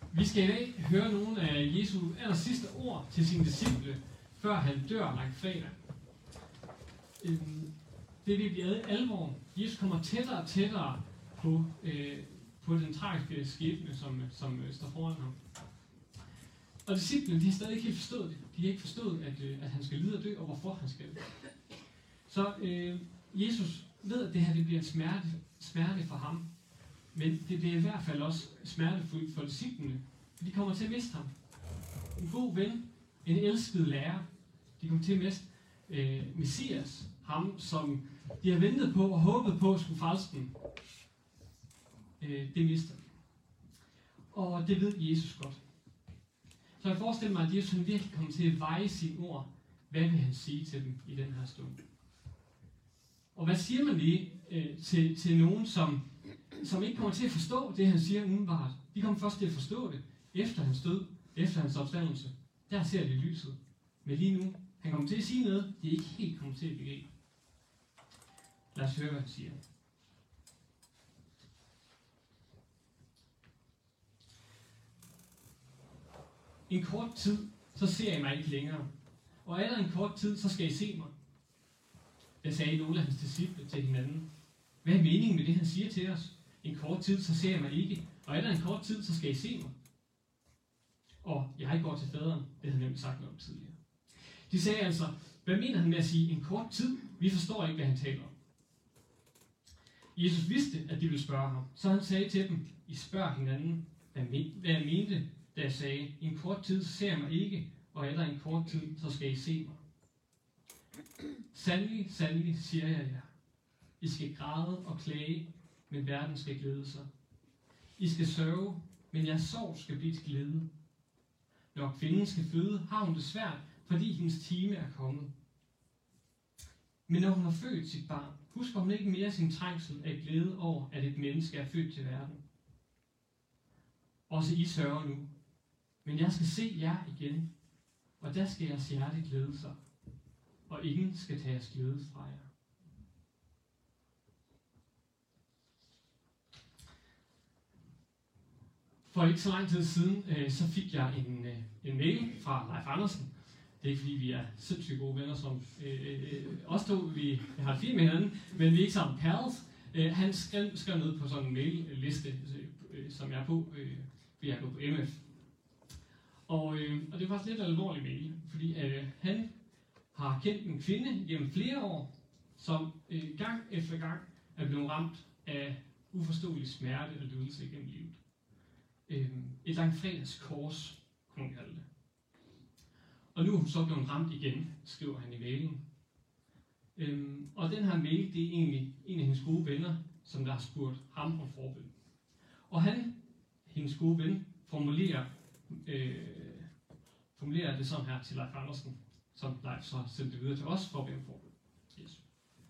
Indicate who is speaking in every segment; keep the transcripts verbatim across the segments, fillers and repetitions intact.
Speaker 1: Vi skal i dag høre nogle af Jesu aller sidste ord til sine disciple, før han dør langfredag. Det er det, vi er alvor. Jesus kommer tættere og tættere på, øh, på den tragiske skæbne, som, som øh, står foran ham. Og disciplene, de har stadig ikke helt forstået det. De har ikke forstået, at, øh, at han skal lide og dø, og hvorfor han skal. Så øh, Jesus ved, at det her det bliver en smerte, smerte for ham. Men det bliver i hvert fald også smertefuldt for disciplene, for de kommer til at miste ham. En god ven, en elsket lærer, de kommer til at miste øh, Messias, ham som de har ventet på og håbet på at skulle frelse dem. Øh, det mister de. Og det ved Jesus godt. Så jeg forestiller mig, at Jesus han virkelig kommer til at veje sine ord. Hvad vil han sige til dem i den her stund? Og hvad siger man lige øh, til, til nogen, som, som ikke kommer til at forstå det, han siger umiddelbart? De kommer først til at forstå det efter hans død, efter hans opstandelse. Der ser de lyset. Men lige nu, han kommer til at sige noget, de ikke helt kommer til at begribe. Lad os høre, hvad han siger. En kort tid, så ser I mig ikke længere. Og efter en kort tid, så skal I se mig. Det sagde nogle af hans disciple til hinanden. Hvad er meningen med det, han siger til os? En kort tid, så ser jeg mig ikke. Og efter en kort tid, så skal I se mig. Og jeg går til faderen. Det havde han nemlig sagt noget om tidligere. De sagde altså, hvad mener han med at sige en kort tid? Vi forstår ikke, hvad han taler om. Jesus vidste, at de ville spørge ham. Så han sagde til dem, I spørger hinanden, hvad jeg mente, da jeg sagde, en kort tid, så ser jeg mig ikke. Og efter en kort tid, så skal I se mig. Sandelig, sandelig, siger jeg jer. I skal græde og klage, men verden skal glæde sig. I skal sørge, men jeres sorg skal blive til glæde. Når kvinden skal føde, har hun det svært, fordi hendes time er kommet. Men når hun har født sit barn, husker hun ikke mere sin trængsel af glæde over, at et menneske er født til verden. Også I sørger nu, men jeg skal se jer igen, og der skal jeres hjerte glæde sig, og ingen skal tage jeres glæde fra jer. For ikke så lang tid siden, øh, så fik jeg en, øh, en mail fra Leif Andersen. Det er ikke fordi, vi er sindssygt gode venner, som øh, øh, os to, vi har det fint med hinanden, men vi er ikke sammen pals. Øh, han skrev, skrev noget på sådan en mail-liste, øh, som jeg er på, øh, fordi jeg er gået på M F. Og, øh, og det var faktisk lidt alvorlig mail, fordi øh, han har kendt en kvinde gennem flere år, som øh, gang efter gang er blevet ramt af uforståelig smerte og lidelse gennem livet. Øh, et langfredags kors, kunne man kalde det. Og nu er hun så blevet ramt igen, skriver han i mailen. Øh, og den her mail, det er egentlig en af hendes gode venner, som der har spurgt ham om forbøn. Og han, hendes gode ven, formulerer, øh, formulerer det sådan her til Leif Andersen, som Leif så har sendt det videre til os for at bede om forbøn. Yes.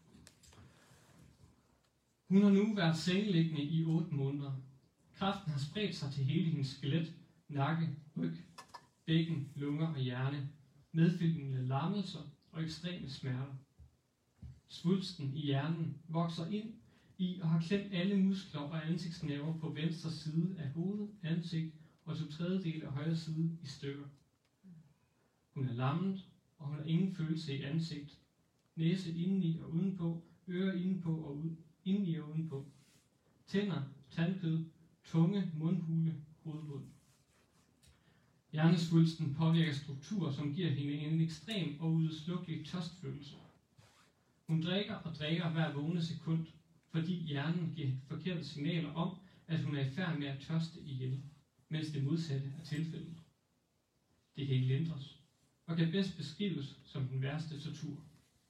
Speaker 1: Hun har nu været sengeliggende i otte måneder. Kræften har spredt sig til hele hendes skelet, nakke, ryg, bækken, lunger og hjerne, medfølgende lammelser og ekstreme smerter. Svulsten i hjernen vokser ind i og har klemt alle muskler og ansigtsnerver på venstre side af hovedet, ansigt og to tredjedel af højre side i stykker. Hun er lammet, og hun har ingen følelse i ansigt, næse indeni og udenpå, ører indenpå og ud, indeni og udenpå, tænder, tandkød, tunge, mundhule, hovedbund. Hjernesvulsten påvirker strukturer, som giver hende en ekstrem og udslukkelig tørstfølelse. Hun drikker og drikker hver vågne sekund, fordi hjernen giver forkerte signaler om, at hun er i færd med at tørste ihjel, mens det modsatte er tilfældet. Det kan ikke lindres, og kan bedst beskrives som den værste tortur.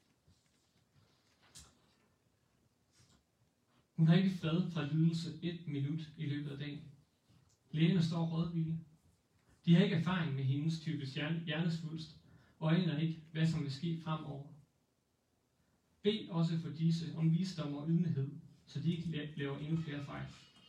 Speaker 1: Hun har ikke fred fra lidelse et minut i løbet af dagen. Lægerne står rådvilde. De har ikke erfaring med hendes types hjernesvulst, og aner ikke, hvad som vil ske fremover. Bed også for disse om visdom og ydmyghed, så de ikke laver endnu flere fejl.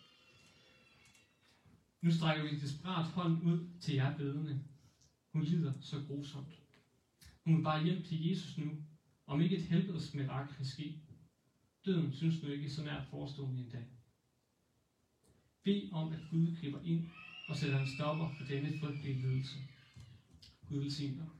Speaker 1: Nu strækker vi en desperat hånd ud til jer bedende. Hun lider så grusomt. Hun vil bare hjem til Jesus nu, om ikke et helbredsmirakel kan ske. Døden synes nu ikke så nært forestående en dag. Bed om, at Gud griber ind og sætter en stopper for denne frygtelige lidelse. Gud velsigne dig.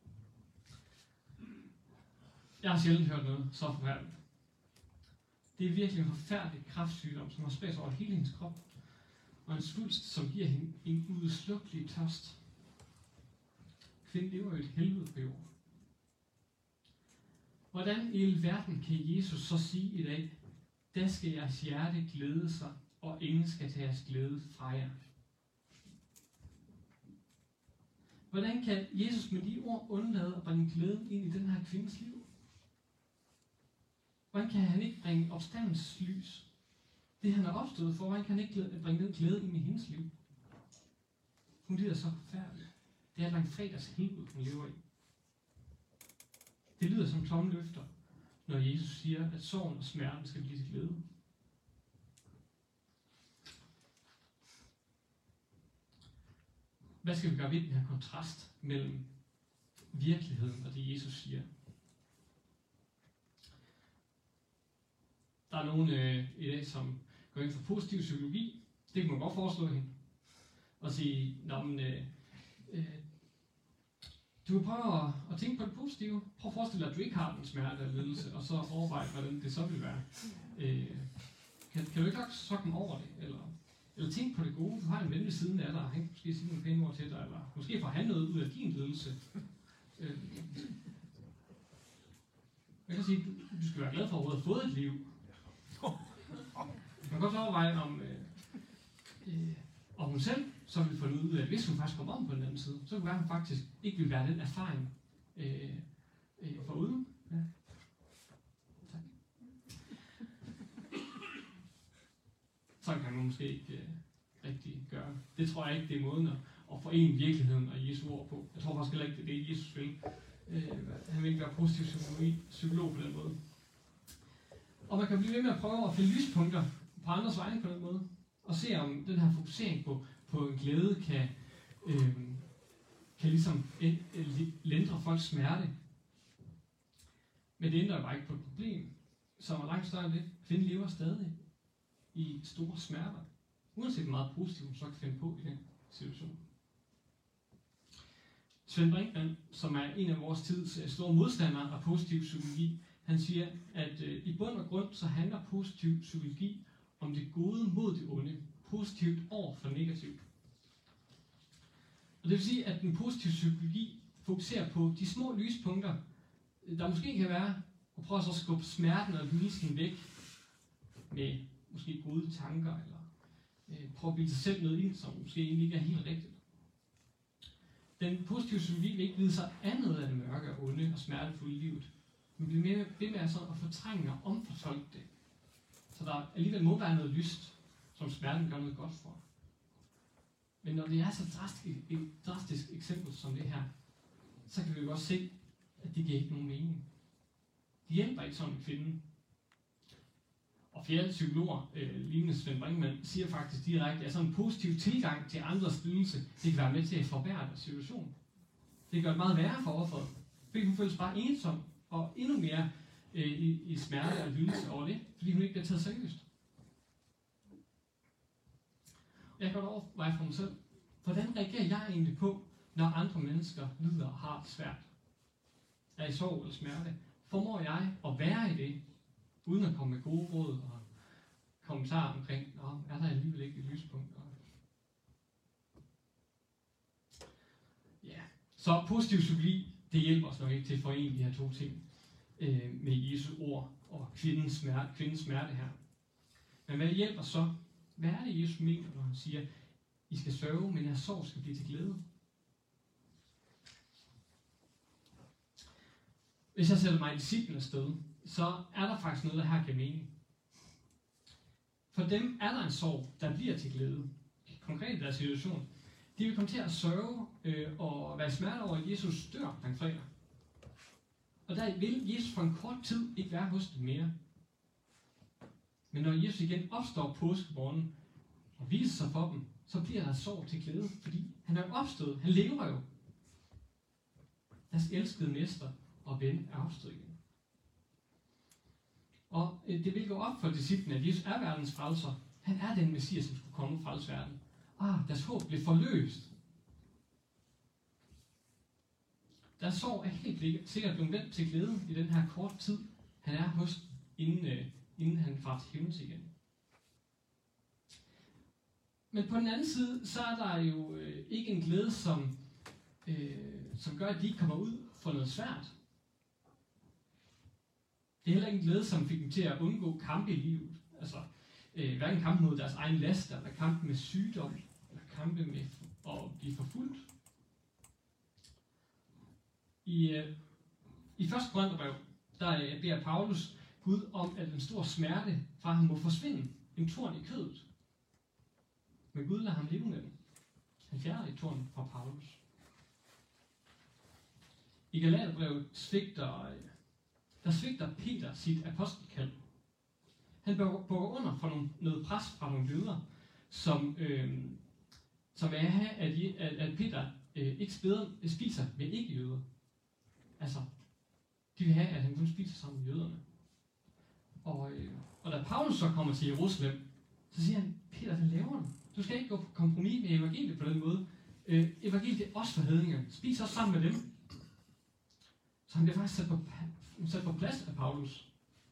Speaker 1: Jeg har sjældent hørt noget så forfærdeligt. Det er virkelig en forfærdelig kræftsygdom, som har spredt over hele hendes krop, og en svulst, som giver hende en udslukkelig tørst. Kvinden lever i et helvede på jorden. Hvordan i verden kan Jesus så sige i dag, der skal jeres hjerte glæde sig, og ingen skal tage jeres glæde fra jer? Hvordan kan Jesus med de ord undlade at bringe glæden ind i den her kvindes liv? Hvordan kan han ikke bringe opstandelsens lys? Det han er opstået for, hvordan kan han ikke bringe den glæde ind i hendes liv? Hun lyder så forfærdeligt. Det er et langfredags helvede, hun lever i. Det lyder som tomme løfter, når Jesus siger, at sorgen og smerten skal blive til glæde. Hvad skal vi gøre ved den her kontrast mellem virkeligheden og det, Jesus siger? Der er nogen øh, i dag, som går ind for positiv psykologi. Det kan man godt foreslå hende. Og sige, nå, men, øh, øh, du kan prøve at, at tænke på det positive. Prøv at forestille dig, at du ikke har den smerte eller lidelse, og så overveje, hvordan det så vil være. Øh, kan, kan du ikke så komme over det? Eller, eller tænk på det gode. Du har en ven ved siden af dig, og han kan måske sige nogle pæne ord til dig, eller måske får han noget ud af din lidelse. Øh, jeg kan sige, du, du skal være glad for, at du har fået et liv. Man kan godt overveje, om, øh, øh, om hun selv så ville få noget ud af, at hvis hun faktisk kommer om på den anden side, så kunne være, at hun faktisk ikke ville være den erfaring øh, øh, foruden. Ja. Tak. Så kan man måske ikke øh, rigtig gøre. Det tror jeg ikke, det er måden at, at forene virkeligheden og Jesu ord på. Jeg tror faktisk heller ikke, det er det, Jesus vil. Øh, han vil ikke være positiv psykolog, psykolog på den måde. Og man kan blive ved med at prøve at finde lyspunkter på andres vegne på den måde, og se om den her fokusering på, på en glæde kan, øh, kan ligesom lindre folks smerte. Men det ændrer bare ikke på et problem, som er langt større end det. Kvinden lever stadig i store smerter, uanset hvor meget positivt hun så kan finde på i den situation. Svend Brinkmann, som er en af vores tids store modstandere af positiv psykologi, han siger, at øh, i bund og grund så handler positiv psykologi om det gode mod det onde. Positivt over for negativt. Og det vil sige, at den positive psykologi fokuserer på de små lyspunkter, der måske kan være, og prøver så at skubbe smerten og lidelsen væk med måske gode tanker, eller øh, prøve at bilde sig selv noget ind, som måske egentlig ikke er helt rigtigt. Den positive psykologi vil ikke vide sig andet af det mørke og onde og smertefulde livet. Men bliver mere ved med sådan at fortrænge og omfortolke det. Så der alligevel må være noget lyst, som smerten gør noget godt for. Men når det er så drastisk, et drastisk eksempel som det her, så kan vi jo også se, at det giver ikke nogen mening. Det hjælper ikke sådan en kvinde. Og flere psykologer, øh, lignende Svend Brinkmann, siger faktisk direkte, at sådan en positiv tilgang til andres lidelse, det kan være med til at forværre deres situation. Det gør det meget værre for offeret, fordi hun føles bare ensom, og endnu mere øh, i, i smerte og lidelse over det, fordi hun ikke bliver taget seriøst. Jeg kan godt overveje for mig selv, hvordan reagerer jeg egentlig på, når andre mennesker lider og har det svært? Er i sorg eller smerte? Formår jeg at være i det, uden at komme med gode råd og kommentarer omkring, nå, er der alligevel ikke et lyspunkt? Ja, så positiv psykologi, det hjælper os nok ikke til at forene de her to ting øh, med Jesu ord og kvindens smerte, kvindens smerte her. Men hvad hjælper så? Hvad er det, Jesus mener, når han siger, I skal sørge, men jeres sorg skal blive til glæde? Hvis jeg sætter mig i disciplen sted, så er der faktisk noget, der her giver mening. For dem er der en sorg, der bliver til glæde. Konkret i deres situation. De vil komme til at sørge øh, og være smerte over, at Jesus dør langfredag. Og der vil Jesus for en kort tid ikke være hos dem mere. Men når Jesus igen opstår påskemorgen og viser sig for dem, så bliver der sorg til glæde, fordi han er opstået. Han lever jo. Deres elskede mester og ven er opstået igen. Og øh, det vil gå op for disciplen, at Jesus er verdens frelser. Han er den messias, som skulle komme fra frelse verden. Ah, deres håb blev forløst. Deres sorg er helt sikkert blevet vendt til glæde i den her korte tid, han er hos, inden, øh, inden han farer til himmels igen. Men på den anden side, så er der jo øh, ikke en glæde, som, øh, som gør, at de ikke kommer ud for noget svært. Det er heller ikke en glæde, som fik dem til at undgå kampe i livet. Altså, øh, hverken kampe mod deres egen laster, eller kampe med sygdom, eller kampe med at blive forfulgt. I, øh, i første Korintherbrev, der øh, beder Paulus Gud om, at en stor smerte fra ham må forsvinde. En torn i kødet. Men Gud lader ham leve med den. Han fjerner ikke tornen fra Paulus. I Galaterbrevet svigter, der svigter Peter sit apostelkald. Han bukker under for nogle, noget pres fra nogle jøder, som, øh, som vil have, at, at, at Peter øh, ikke speder, spiser med ikke-jøder. Altså, de vil have, at han kun spiser sammen med jøderne. Og, øh, og da Paulus så kommer til Jerusalem, så siger han, Peter, hvad laver du? Du skal ikke gå på kompromis med evangeliet på den måde. Øh, evangeliet er også for hedninger. Spis også sammen med dem. Så han bliver faktisk sat på, sat på plads af Paulus.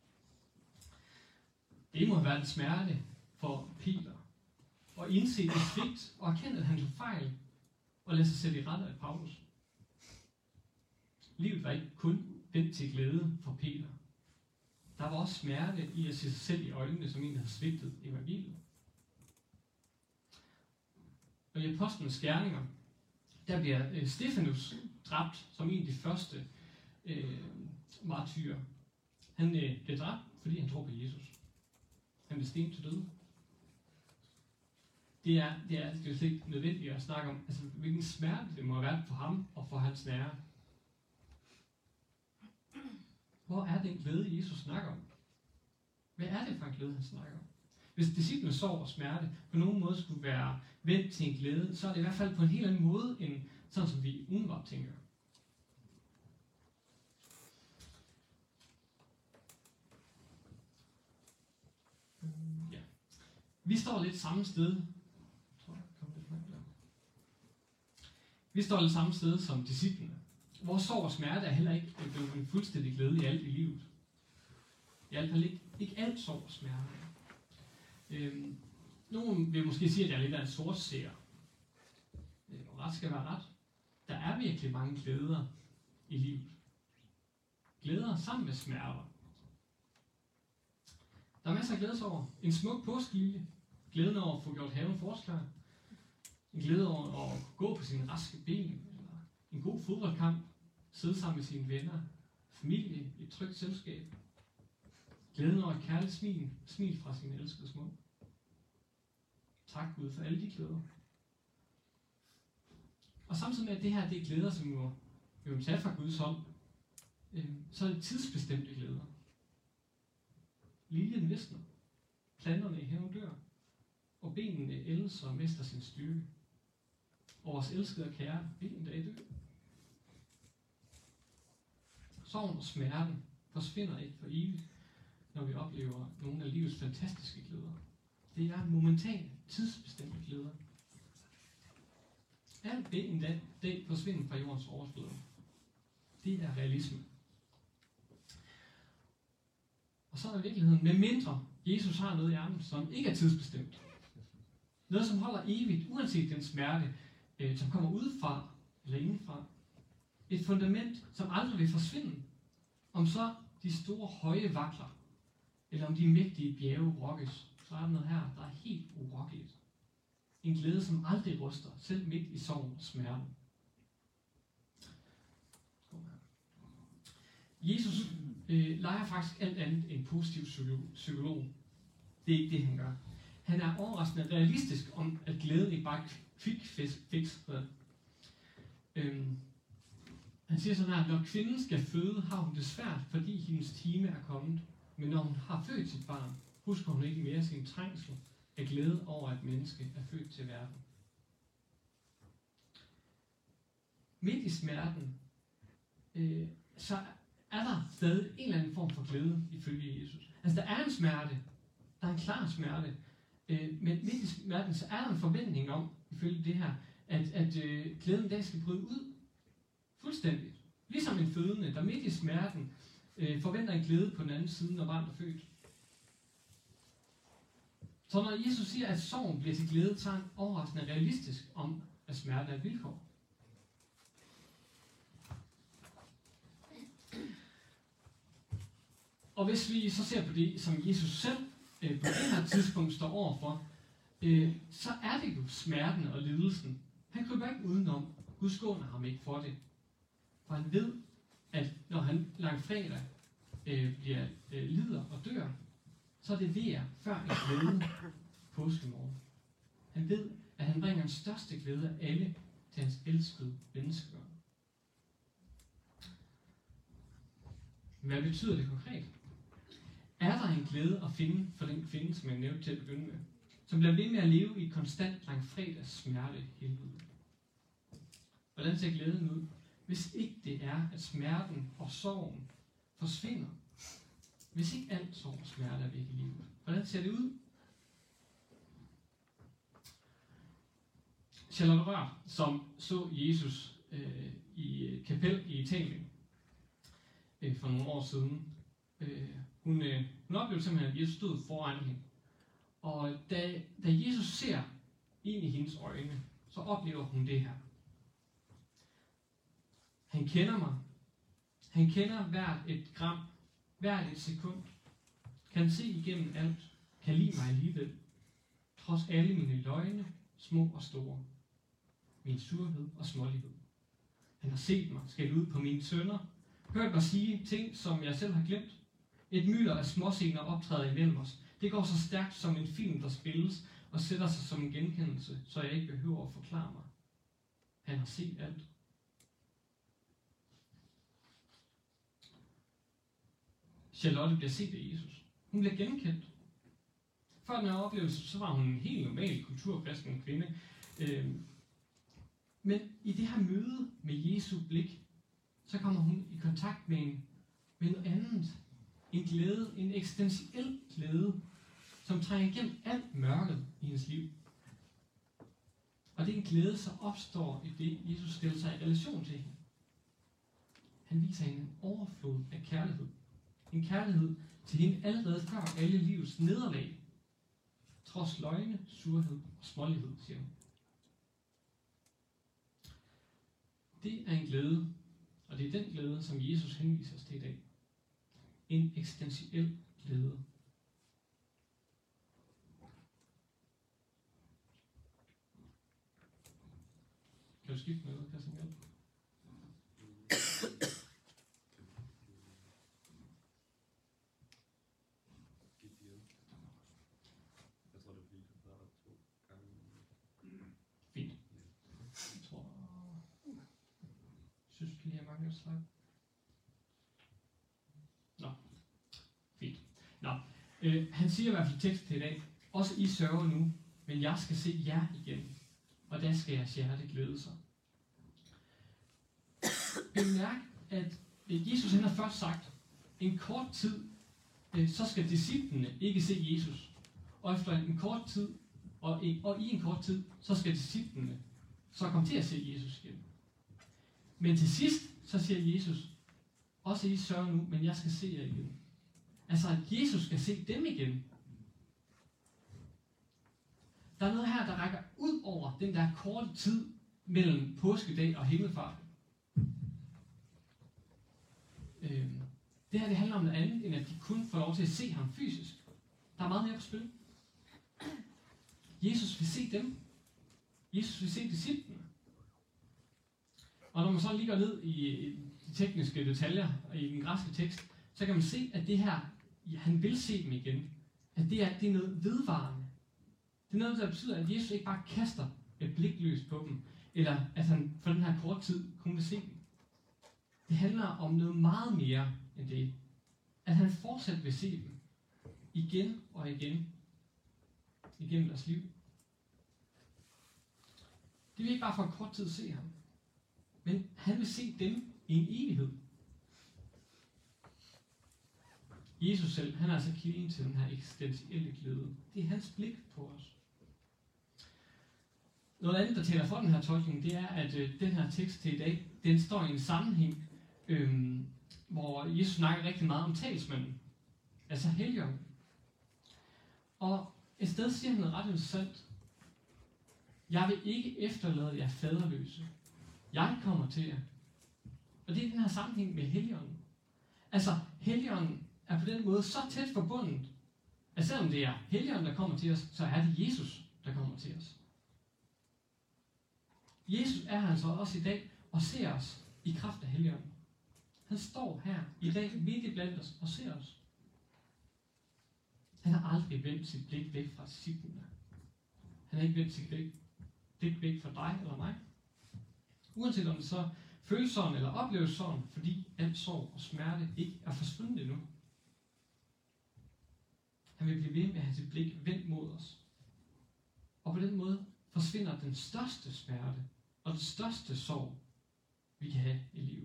Speaker 1: Det må have været en smerte for Peter. At indse det svigt og erkende, at han tog fejl og lade sig sætte i rette af Paulus. Livet var ikke kun vendt til glæde for Peter. Der var også smerte i at se sig selv i øjnene, som en, der havde svigtet evangeliet. Og i apostlenes gerninger, der bliver øh, Stefanus dræbt som en af de første øh, martyrer. Han øh, blev dræbt, fordi han tror på Jesus. Han blev stenet til døde. Det er, det er, det er slet ikke nødvendigt at snakke om, altså, hvilken smerte det må have været for ham og for hans nære. Hvor er den glæde, Jesus snakker om? Hvad er det for en glæde, han snakker om? Hvis disciplen sorg og smerte på nogen måde skulle være vendt til en glæde, så er det i hvert fald på en helt anden måde, end sådan som vi umiddelbart tænker. Ja. Vi står lidt samme sted. Vi står lidt samme sted som disciplene. Vores sorg og smerte er heller ikke blevet en fuldstændig glæde i alt i livet. I hvert fald ikke, ikke alt sorg og smerte. Øhm, nogen vil måske sige, at jeg er lidt af en sortseer. Øh, og ret skal være ret. Der er virkelig mange glæder i livet. Glæder sammen med smerter. Der er masser af glædes over. En smuk påskelilje. Glæden over at få gjort haven forsklar. En glæde over at gå på sine raske ben. Eller en god fodboldkamp. Sidde sammen med sine venner. Familie i et trygt selskab. Glæden over et kærligt smil. Smil fra sin elskede mund. Tak Gud for alle de glæder. Og samtidig med, at det her det er glæder, som vi må, vi må tage fra Guds hånd, øh, så er det tidsbestemte glæder. Liljen visner. Planterne i haven dør. Og benene ældes og mister sin styrke. Og vores elskede og kære vil en dag dø. Sorgen og smerten forsvinder ikke for evigt, når vi oplever nogle af livets fantastiske glæder. Det er momentane, tidsbestemte glæder. Alt det en dag, dag forsvinder fra jordens overflade. Det er realisme. Og så er der virkeligheden, med mindre Jesus har noget i ærmet, som ikke er tidsbestemt. Noget, som holder evigt, uanset den smerte, øh, som kommer udefra eller indenfra. Et fundament, som aldrig vil forsvinde. Om så de store høje vakler, eller om de mægtige bjerge rokkes, så er der noget her, der er helt urokkeligt. En glæde, som aldrig ryster, selv midt i sorgen og smerten. Jesus øh, leger faktisk alt andet end positiv psykolog. Det er ikke det, han gør. Han er overraskende realistisk om, at glæden ikke bare er quick fix. Øhm, han siger sådan her, at når kvinden skal føde, har hun det svært, fordi hendes time er kommet. Men når hun har født sit barn, husker hun ikke mere sin trængsel af glæde over, at menneske er født til verden. Midt i smerten, øh, så er der stadig en eller anden form for glæde, ifølge Jesus. Altså, der er en smerte. Der er en klar smerte. Øh, men midt i smerten, så er der en forventning om, ifølge det her, at, at øh, glæden dag skal bryde ud. Fuldstændigt. Ligesom en fødende, der midt i smerten øh, forventer en glæde på den anden side, når barnet er født. Så når Jesus siger, at sorgen bliver til glæde, så er han overraskende realistisk om, at smerte er et vilkår. Og hvis vi så ser på det, som Jesus selv øh, på det her tidspunkt står overfor, øh, så er det jo smerten og lidelsen. Han kryber ikke udenom. Gud skåner ham ikke for det. For han ved, at når han langfredag øh, bliver øh, lider og dør, så er det ved før en glæde påskemorgen. Han ved, at han bringer den største glæde af alle til hans elskede mennesker. Hvad betyder det konkret? Er der en glæde at finde for den kvinde, som jeg nævnte til at begynde med, som bliver ved med at leve i et konstant langfredags smerte helvede? Hvordan ser glæden ud, hvis ikke det er, at smerten og sorgen forsvinder? Hvis ikke alt sorg og smerte er væk i livet, hvordan ser det ud? Charlotte Rør, som så Jesus øh, i et kapel i Italien øh, for nogle år siden, øh, hun, øh, hun oplevede simpelthen, at Jesus stod foran hende. Og da, da Jesus ser ind i hendes øjne, så oplever hun det her. Han kender mig. Han kender hvert et gram, hvert et sekund. Kan se igennem alt. Kan lide mig alligevel. Trods alle mine løgne, små og store. Min surhed og smålighed. Han har set mig skælde ud på mine sønner. Hørt mig sige ting, som jeg selv har glemt. Et mylder af småscener optræder imellem os. Det går så stærkt som en film, der spilles, og sætter sig som en genkendelse, så jeg ikke behøver at forklare mig. Han har set alt. Charlotte bliver set af Jesus. Hun bliver genkendt. Før den her oplevelse, så var hun en helt normal kulturkristen kvinde. Men i det her møde med Jesu blik, så kommer hun i kontakt med, en, med noget andet. En glæde, en eksistentiel glæde, som trænger igennem alt mørket i hendes liv. Og det er en glæde, som opstår i det, Jesus stiller sig i relation til hende. Han viser hende en overflod af kærlighed. En kærlighed til hende allerede før alle livets nederlag. Trods løgne, surhed og smålighed, siger hun. Det er en glæde, og det er den glæde, som Jesus henviser os til i dag. En eksistentiel glæde. Kan du skifte med, Christian Hjælp? Fint. Jeg tror... Jeg synes lige, jeg mangler et slag. Nå. Fint. Nå. Øh, han siger i hvert fald tekst til i dag. Også I sørger nu, men jeg skal se jer igen. Og der skal jeres hjerte glæde sig. Bemærk, at Jesus han har først sagt, en kort tid, så skal disciplene ikke se Jesus. Og efter en kort tid, og i, og i en kort tid, så skal disciplene så komme til at se Jesus igen. Men til sidst, så siger Jesus, også I sørger nu, men jeg skal se jer igen. Altså, at Jesus skal se dem igen. Der er noget her, der rækker ud over den der korte tid mellem påskedag og himmelfart. Øhm, det her det handler om noget andet, end at de kun får lov til at se ham fysisk. Der er meget mere på spil. Jesus vil se dem. Jesus vil se disciplene. Og når man så lige går ned i de tekniske detaljer i den græske tekst, så kan man se, at det her, ja, han vil se dem igen. At det er, det er noget vedvarende. Det er noget, der betyder, at Jesus ikke bare kaster et blik løs på dem, eller at han for den her kort tid kun vil se dem. Det handler om noget meget mere end det. At han fortsat vil se dem. Igen og igen. Igennem deres liv. Det vil ikke bare for en kort tid se ham. Men han vil se dem i en evighed. Jesus selv, han er altså kilden til den her eksistentielle glæde. Det er hans blik på os. Noget andet, der taler for den her tolkning, det er, at øh, den her tekst til i dag, den står i en sammenhæng, øh, hvor Jesus snakker rigtig meget om talsmanden, altså Helligånden. Og et sted siger han noget ret interessant. Jeg vil ikke efterlade jer faderløse. Jeg kommer til jer. Og det er den her sammenhæng med Helligånden. Altså, Helligånden er på den måde så tæt forbundet, at selvom det er Helligånden, der kommer til os, så er det Jesus, der kommer til os. Jesus er altså også i dag og ser os i kraft af Helligånden. Han står her i dag midt i blandt os og ser os. Han har aldrig vendt sit blik væk fra disciplene. Han har ikke vendt sit blik, blik væk fra dig eller mig. Uanset om det så føles sådan eller opleves sådan, fordi al sorg og smerte ikke er forsvundet endnu. Han vil blive ved med at have sit blik vendt mod os. Og på den måde forsvinder den største smerte og den største sorg, vi kan have i livet.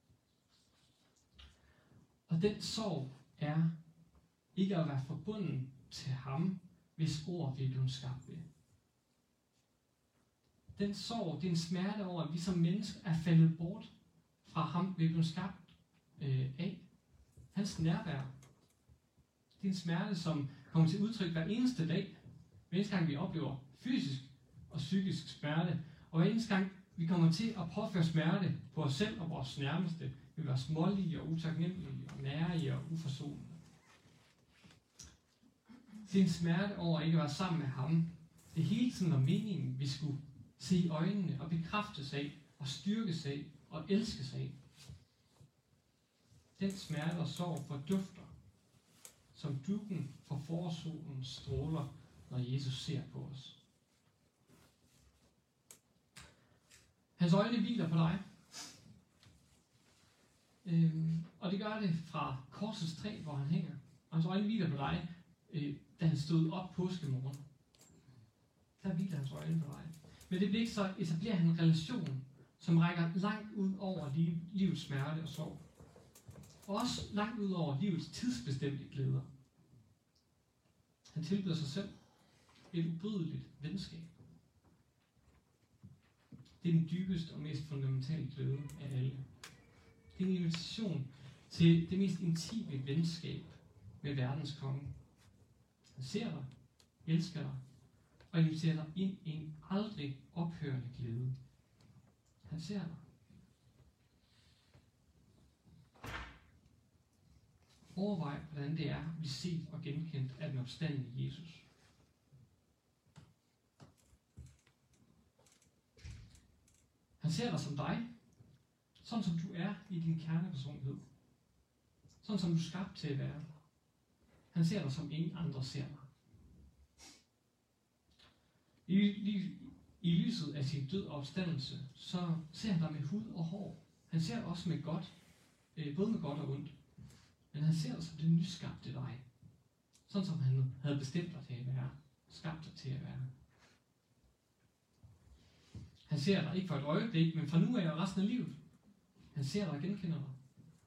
Speaker 1: Og den sorg er ikke at være forbundet til ham, hvis ord vi er blevet skabt ved. Den sorg, det er en smerte over, at vi som mennesker er faldet bort fra ham, vi er blevet skabt øh, af. Hans nærvær. Det er en smerte, som kommer til udtryk hver eneste dag. Hver eneste gang vi oplever fysisk og psykisk smerte, og hver eneste gang vi kommer til at påføre smerte på os selv og vores nærmeste, vi være smålige og utaknemmelige og nærige og uforsonende. Det er en smerte over ikke at være sammen med ham. Det er hele tiden var meningen, vi skulle se i øjnene og bekræftes af og styrkes af og elskes af. Den smerte og sorg fordufter, som duggen for forsolen stråler, når Jesus ser på os. Hans øjne hviler på dig. Øhm, og det gør det fra korsets træ, hvor han hænger. Og hans øjne hviler på dig, øh, da han stod op påskemorgen. Der hviler hans øjne på dig. Men det blik så etablerer han en relation, som rækker langt ud over livets smerte og sorg. Og også langt ud over livets tidsbestemte glæder. Han tilbyder sig selv et ubrydeligt venskab. Det er den dybeste og mest fundamentale glæde af alle. Det er en invitation til det mest intime venskab med verdens konge. Han ser dig, elsker dig, og inviterer dig ind i en aldrig ophørende glæde. Han ser dig. Overvej, hvordan det er at blive set og genkendt af den opstandne Jesus. Han ser dig som dig, sådan som du er i din kernepersonlighed. Sådan som du er skabt til at være. Han ser dig som ingen andre ser dig. I, i, I lyset af sin død og opstandelse, så ser han dig med hud og hår. Han ser dig også med godt, øh, både med godt og ondt. Men han ser dig som det nyskabte dig. Sådan som han havde bestemt dig til at være. Skabt dig til at være. Han ser dig ikke for et øjeblik, men fra nu af og resten af livet. Han ser dig og genkender dig.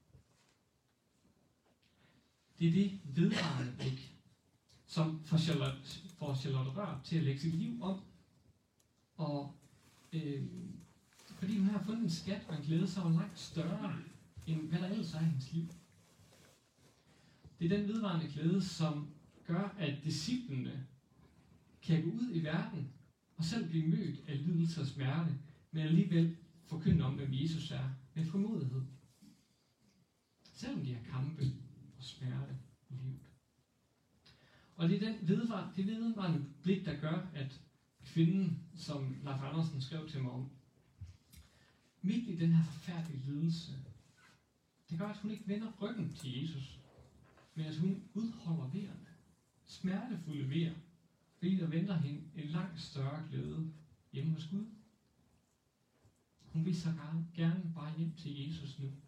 Speaker 1: Det er det vedvarende blik, som får Charlotte, får Charlotte Rør til at lægge sit liv om. Og øh, fordi hun har fundet en skat og en glæde, så er langt større, end hvad der ellers er i hendes liv. Det er den vedvarende glæde, som gør, at disciplene kan gå ud i verden og selv blive mødt af lidelse og smerte, men alligevel forkynde om, hvem Jesus er, med frimodighed. Selvom de har kampe og smerte i livet. Og det er den vedvarende, det vedvarende blik, der gør, at kvinden, som Leif Andersen skrev til mig om, midt i den her forfærdelige lidelse, det gør, at hun ikke vender ryggen til Jesus, men at hun udholder vejerne, smertefulde vejer, fordi der venter hende en langt større glæde hjemme hos Gud. Hun vil så gerne bare hjem til Jesus nu.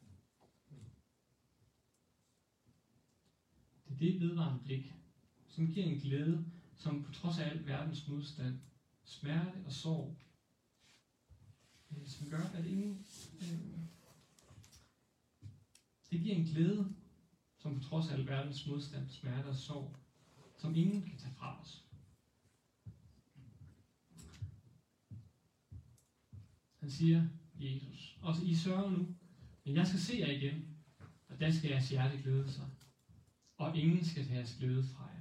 Speaker 1: Det er det vedvarende blik, som giver en glæde, som på trods af al verdens modstand, smerte og sorg, som gør, at ingen... Øh, det giver en glæde, som på trods af alverdens modstand, smerte og sorg, som ingen kan tage fra os. Han siger, Jesus, også I sørger nu, men jeg skal se jer igen, og der skal jeres hjerte glæde sig, og ingen skal tage jeres glæde fra jer.